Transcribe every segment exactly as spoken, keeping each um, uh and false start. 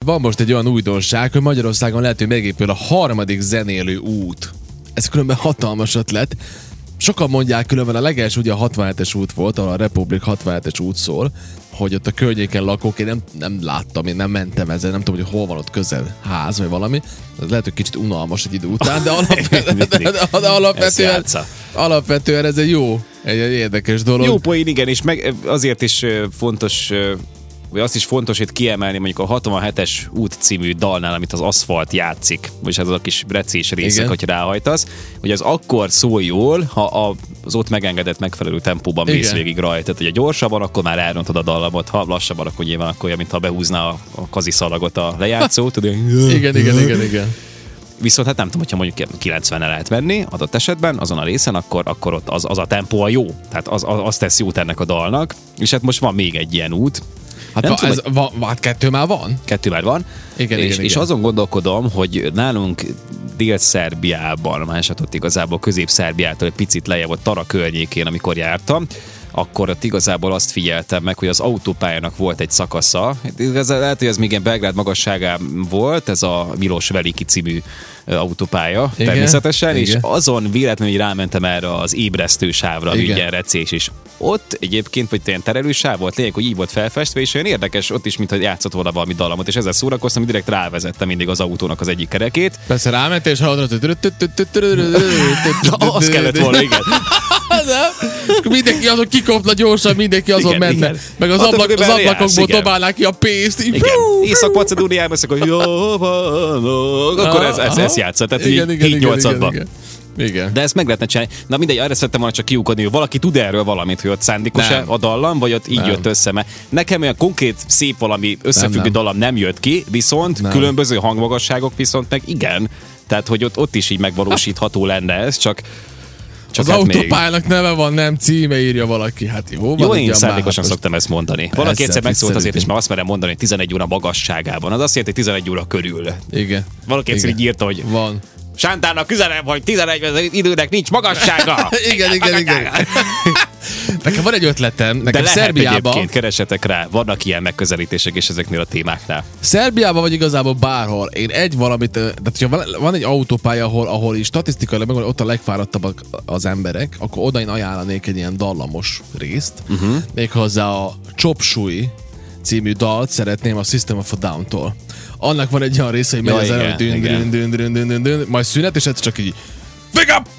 van most egy olyan újdonság, hogy Magyarországon lehet, hogy megépül a harmadik zenélő út. Ez különben hatalmas ötlet. Sokan mondják, különben a legelső ugye a hatvanhetes út volt, ahol a Republik hatvanhetes út szól, hogy ott a környéken lakók, én nem, nem láttam, én nem mentem ezzel, nem tudom, hogy hol van ott közel ház, vagy valami. Ez lehet, hogy kicsit unalmas egy idő után, de, alapvetően, de, de alapvetően, alapvetően ez egy jó, egy, egy érdekes dolog. Jó poén, igen, és meg azért is fontos, vagy azt is fontos itt kiemelni mondjuk a hatvanhetes út című dalnál, amit az aszfalt játszik, és ez az a kis recés részek, hogy ráhajtasz, hogy az akkor szól jól, ha a, az ott megengedett megfelelő tempóban mész végig rajta. Tehát, hogyha gyorsabban, akkor már elrontod a dallamot, ha lassabban, akkor nyilván akkor olyan, mintha behúzná a, a kaziszalagot a lejátszó. Tudod, igen, igen, igen, igen. Viszont hát nem tudom, hogyha mondjuk kilencvenre lehet menni adott esetben, azon a részen, akkor, akkor ott az, az a tempó a jó. Tehát az, az, az tesz jót ennek a dalnak. És hát most van még egy ilyen út. Hát, va, tudom, ez, hogy... va, hát kettő már van? Kettő már van. Igen, és, igen, és igen. azon gondolkodom, hogy nálunk Dél-Szerbiában, másodott ott igazából Közép-Szerbiától egy picit lejjebb, ott Tara környékén, amikor jártam, akkor ott igazából azt figyeltem meg, hogy az autópályának volt egy szakasza. Lehet, hogy ez még ilyen Belgrád magasságán volt, ez a Milos Veliki című autópálya, igen, természetesen, igen. És azon véletlenül rámentem erre az ébresztő sávra, ami ilyen recés is. Ott egyébként, vagy ilyen terelő sáv volt, lényeg, hogy így volt felfestve, és olyan érdekes, ott is, mintha játszott volna valami dallamot, és ezzel szórakoztam, direkt rávezettem mindig az autónak az egyik kerekét. Persze rámentél, és hallod, az kellett volna, igen. Mindenki azon kikopna gyorsan, mindenki azon igen, menne. Igen. Meg az, ablak, az ablakokból dobálnák ki a pénzt. Igen. Észak-Macedóniában szokott, hogy jó van, akkor ez, ez, ez játszott. Tehát hét nyolcadban. Igen. De ezt meg lehetne csinálni. Na mindegy, arra szerettem volna csak kiukadni, hogy valaki tud erről valamit, hogy ott szándékos-e a dallam, vagy ott így nem. jött össze. Mert nekem olyan konkrét, szép valami összefüggő nem, nem. dallam nem jött ki, viszont nem. különböző hangmagasságok viszont meg igen. Tehát, hogy ott, ott is így megvalósítható lenne ez, csak Csak az hát autópályának még... neve van, nem címe, írja valaki. Hát jó, jó, van, én szándékosan szoktam ezt mondani. Valaki egyszer megszólt azért, és már azt merem mondani, hogy tizenegy óra magasságában. Az azt jelenti, hogy tizenegy óra körül. Igen. Valaki egyszer így írta, hogy van. Sántának üzenem, hogy tizenegy időnek nincs magassága. igen, igen, igen. Nekem van egy ötletem. Nekem de Szerbiában... egyébként keresetek rá, vannak ilyen megközelítések is ezeknél a témáknál. Szerbiában vagy igazából bárhol. Én egy valamit, tehát hogyha van, van egy autópálya, ahol, ahol is statisztikailag meg ott a legfáradtabbak az emberek, akkor oda én ajánlanék egy ilyen dallamos részt. Uh-huh. Méghozzá a Chop Suey című dalt szeretném a System of a Down-tól. Annak van egy olyan része, hogy megy ja, az elő, dün, dün, dün, dün, dün, dün, dün, majd szünet, és ez csak így wake up!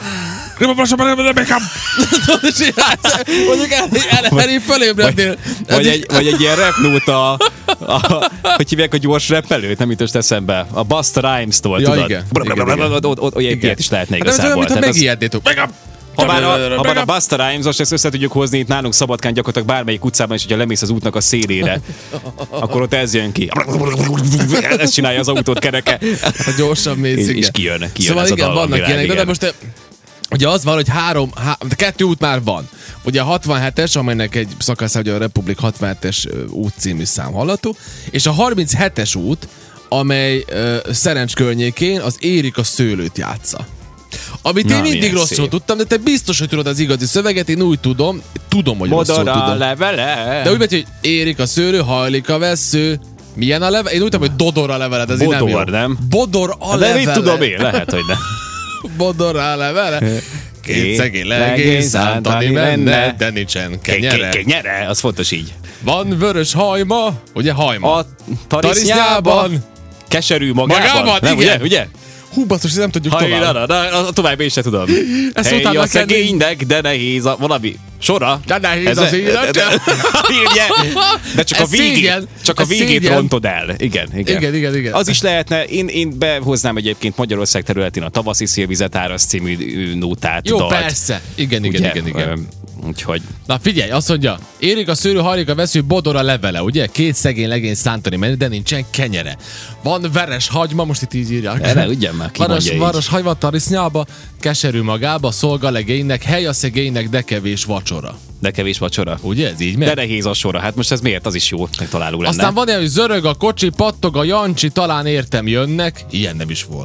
Mondjuk elég fölébrednél. Vagy egy, vagy egy ilyen rapnóta, hogy hívják a gyors rappelőt, nem jutott eszembe. A Busta Rhymes-tól, ja, tudod? Igen. Olyan ilyet is lehetne igazából. Ez olyan, mintha megijednétok. Wake up! Ha bár a, ha bár a Busta Rhymes-os, ezt össze tudjuk hozni itt nálunk Szabadkán gyakorlatilag bármelyik utcában, és hogyha lemész az útnak a szélére, akkor ott ez jön ki. Ezt csinálja az autót kereke. Hát gyorsan mész, és, és kijön, kijön szóval ez igen, a dallam, vannak ilyenek, de most ugye az van, hogy három, há, kettő út már van. Ugye a hatvanhetes, amelynek egy szakasz, ugye a Republik hatvanhetes út című szám hallható, és a harminchetes út, amely uh, Szerencs környékén az Érik a szőlőt játsza. Amit Na, én mindig rosszul szép. tudtam, de te biztos, hogy tudod az igazi szöveget, én úgy tudom, tudom, hogy Modora rosszul tudom. levele. De úgy megy, hogy érik a szőlő, hajlik a vessző. Milyen a levele? Én úgy tudom, hogy dodor a leveled, ez Bodor, nem jó. nem? Bodor a de levele. De tudom én, lehet, hogy nem. Bodor a levele. Két szegény legény szántani menne, de nincsen kenyere. Kenyere, az fontos így. Van vörös hajma, ugye hajma? A tarisznyában. Keserű magában. Magában, nem, igen. Ugye? ugye? Hú, basszus, nem tudjuk Hajra, tovább. Na, na, tovább én sem tudom. Ezt hey, a szegénynek, de nehéz a valami sora. De nehéz az élet. De, de csak a végén, csak a végét rontod el. Igen, igen. Igen, igen, igen. Az is lehetne, én, én behoznám egyébként Magyarország területén a Tavaszi szélvizet árasz című nótát. Jó, dalt. persze. Igen, igen, ugye? igen, igen. Úgyhogy... Na figyelj, azt mondja, érik a szőlő, hajlik a vesző, bodor a levele, ugye? Két szegény legény szántani menni, de nincsen kenyere. Van veres hagyma, most itt így írják. Erre ugyan már, ki varos, mondja varos hagyma tarisznyába, keserű magába, szolga legénynek, hely a szegénynek, de kevés vacsora. De kevés vacsora. Ugye ez így megy? De nehéz a sora. Hát most ez miért? Az is jó megtaláló lenne. Aztán van olyan, hogy zörög a kocsi, pattog a Jancsi, talán értem jönnek. Ilyen nem is volt.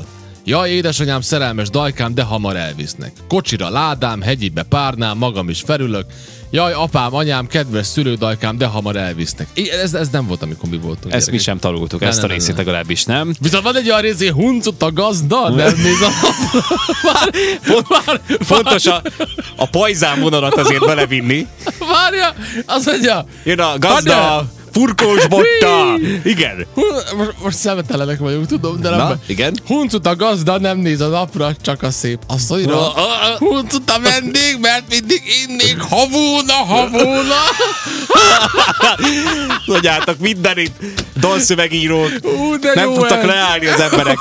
Jaj, édesanyám, szerelmes dajkám, de hamar elvisznek. Kocsira ládám, hegyibe párnám, magam is felülök. Jaj, apám, anyám, kedves szülődajkám, de hamar elvisznek. Ez, ez nem volt, amikor mi voltunk. Ezt mi sem tanultuk, ezt a részét legalábbis nem. Viszont van egy olyan részé, huncut a gazda, nem néz a már, már, Fontos a, a pajzán vonalat azért belevinni. Várja, az mondja. Jön a gazda, furkós botta. Igen. Most, most szemetelenek vagyunk, tudom, de Na, nem. igen. Huncut a gazda, nem néz a napra, csak a szép asszonyra. Huncut a vendég, mert mindig innék, havulna, havulna. Tudjátok, mindenit dalszövegírók. Ú, nem jó tudtak ez. leállni az emberek.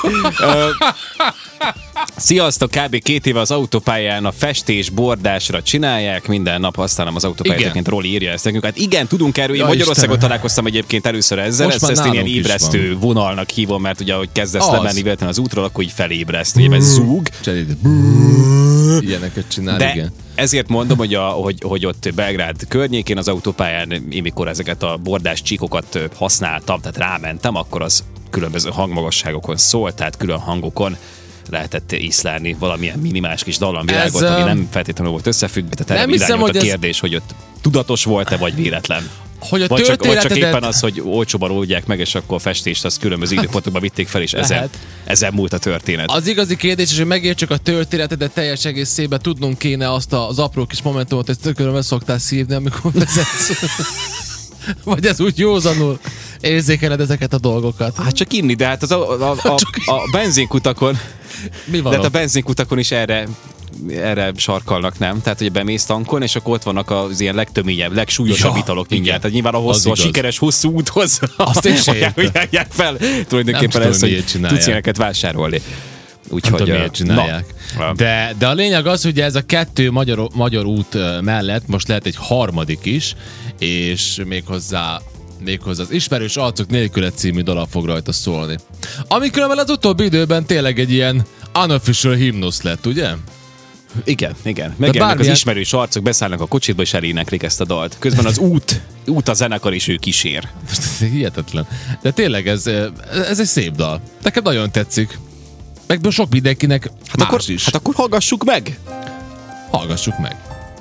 Sziasztok, kb. két éve az autópályán a festés bordásra csinálják, minden nap használom az autópályát, egyébként Roli írja ezt nekünk. Hát igen, tudunk erről, én Ja, Magyarországon Istenem. találkoztam egyébként először ezzel, Most ezt, már ezt én ilyen nálunk is ébresztő vonalnak hívom, mert ugye, ahogy kezdesz Az. lemenni véletlenül az útról, akkor így felébreszt, ugye, ez zúg. Cseréd. Ilyeneket csinál, De igen. ezért mondom, hogy, a, hogy, hogy ott Belgrád környékén az autópályán, én mikor ezeket a bordás csíkokat használtam, tehát rámentem, akkor az különböző hangmagasságokon szólt, tehát külön hangokon lehetett észlelni valamilyen minimális kis dallamvilágot, Ez, ami um, nem feltétlenül volt összefüggve, tehát nem erre hiszem, irányult a hogy ez- kérdés, hogy ott tudatos volt-e, vagy véletlen. Hogy a Vagy csak, vagy csak történetedet... éppen az, hogy olcsóban oldják meg, és akkor a festést azt különböző időpontokban vitték fel, és ezen, Lehet. ezen múlt a történet. Az igazi kérdés, és hogy megértsük a történetedet teljes egészében, tudnunk kéne azt az apró kis momentumot, hogy tökölöm szoktál szívni, amikor vezetsz. Vagy ez úgy józanul érzékeled ezeket a dolgokat. Hát csak inni, de hát az a, a, a, a benzinkutakon, Mi van de hát a ott? benzinkutakon is erre erre sarkalnak, nem? Tehát, hogy bemész tankon, és akkor ott vannak az ilyen legtöményebb, legsúlyosabb Ja, italok igen. mindjárt. Tehát nyilván a Az hosszú, a igaz. sikeres hosszú úthoz Azt én sem értem. ajánlják fel tulajdonképpen Nem tudom, ezt, hogy miért csinálják. tudsz ilyeneket vásárolni. Nem Úgyhogy, tudom, miért csinálják. Na, De, de a lényeg az, hogy ez a kettő magyar, magyar út ö, mellett most lehet egy harmadik is, és méghozzá méghozzá az Ismerős Arcok Nélküle című dala fog rajta szólni. Ami különben az utóbbi időben tényleg egy ilyen unofficial himnusz lett, ugye? igen, igen. Megjelennek bármilyen- az ismerős arcok, beszállnak a kocsitba, és eléneklik ezt a dalt. Közben az út, út a zenekar, és ő kísér. Most ez hihetetlen. De tényleg ez, ez egy szép dal. Nekem nagyon tetszik. Meg sok mindenkinek Hát más akkor, is. hát akkor hallgassuk meg! Hallgassuk meg.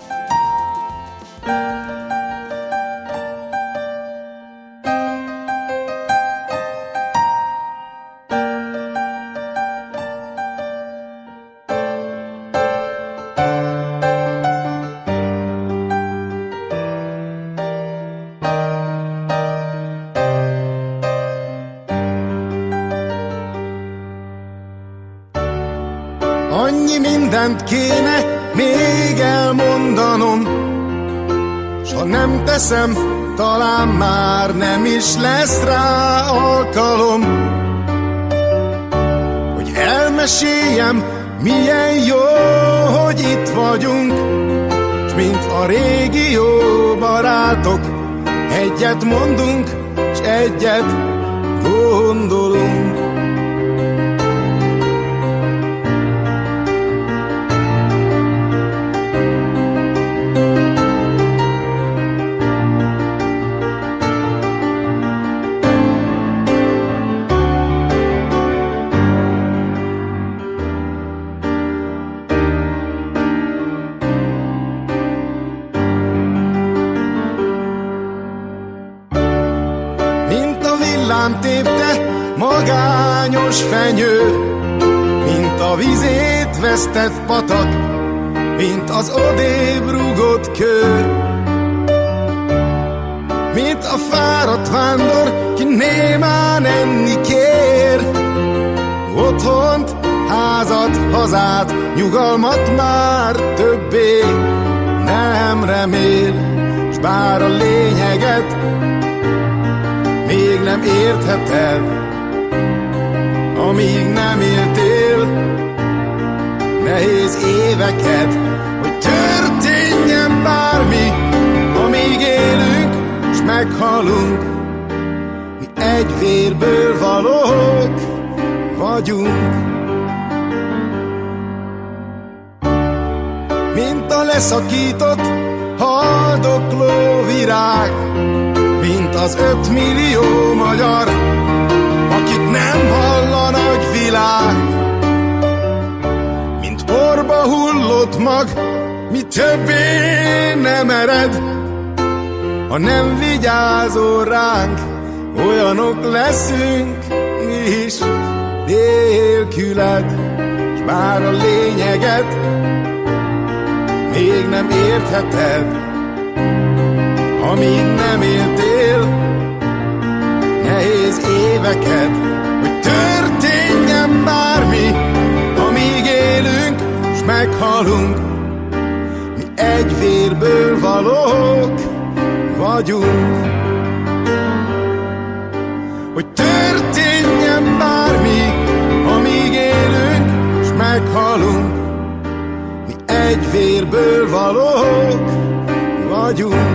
Annyi mindent kéne még elmondanom, s ha nem teszem, talán már nem is lesz rá alkalom, hogy elmeséljem, milyen jó, hogy itt vagyunk, s mint a régi jó barátok, egyet mondunk, s egyet gondolunk. Mint a villám tépte magányos fenyő, mint a vizét vesztett patak, mint az odébb rúgott kő, mint a fáradt vándor, ki némán enni kér, otthont, házat, hazát, nyugalmat már többé nem remél, s bár a lényeget még nem értheted, amíg nem éltél nehéz éveket, hogy történjen bármi, amíg élünk, s meghalunk, mi egy vérből valók vagyunk. Mint a leszakított, haldokló virág, mint az ötmillió magyar, akit nem hall a nagy világ, mi többé nem ered, ha nem vigyázol ránk, olyanok leszünk mi is nélküled, s bár a lényeget még nem értheted, amíg nem éltél nehéz éveket, hogy történjen bármi, amíg élünk, s meghalunk, mi egy vérből valók vagyunk. Hogy történjen bármi, amíg élünk, s meghalunk, mi egy vérből valók vagyunk.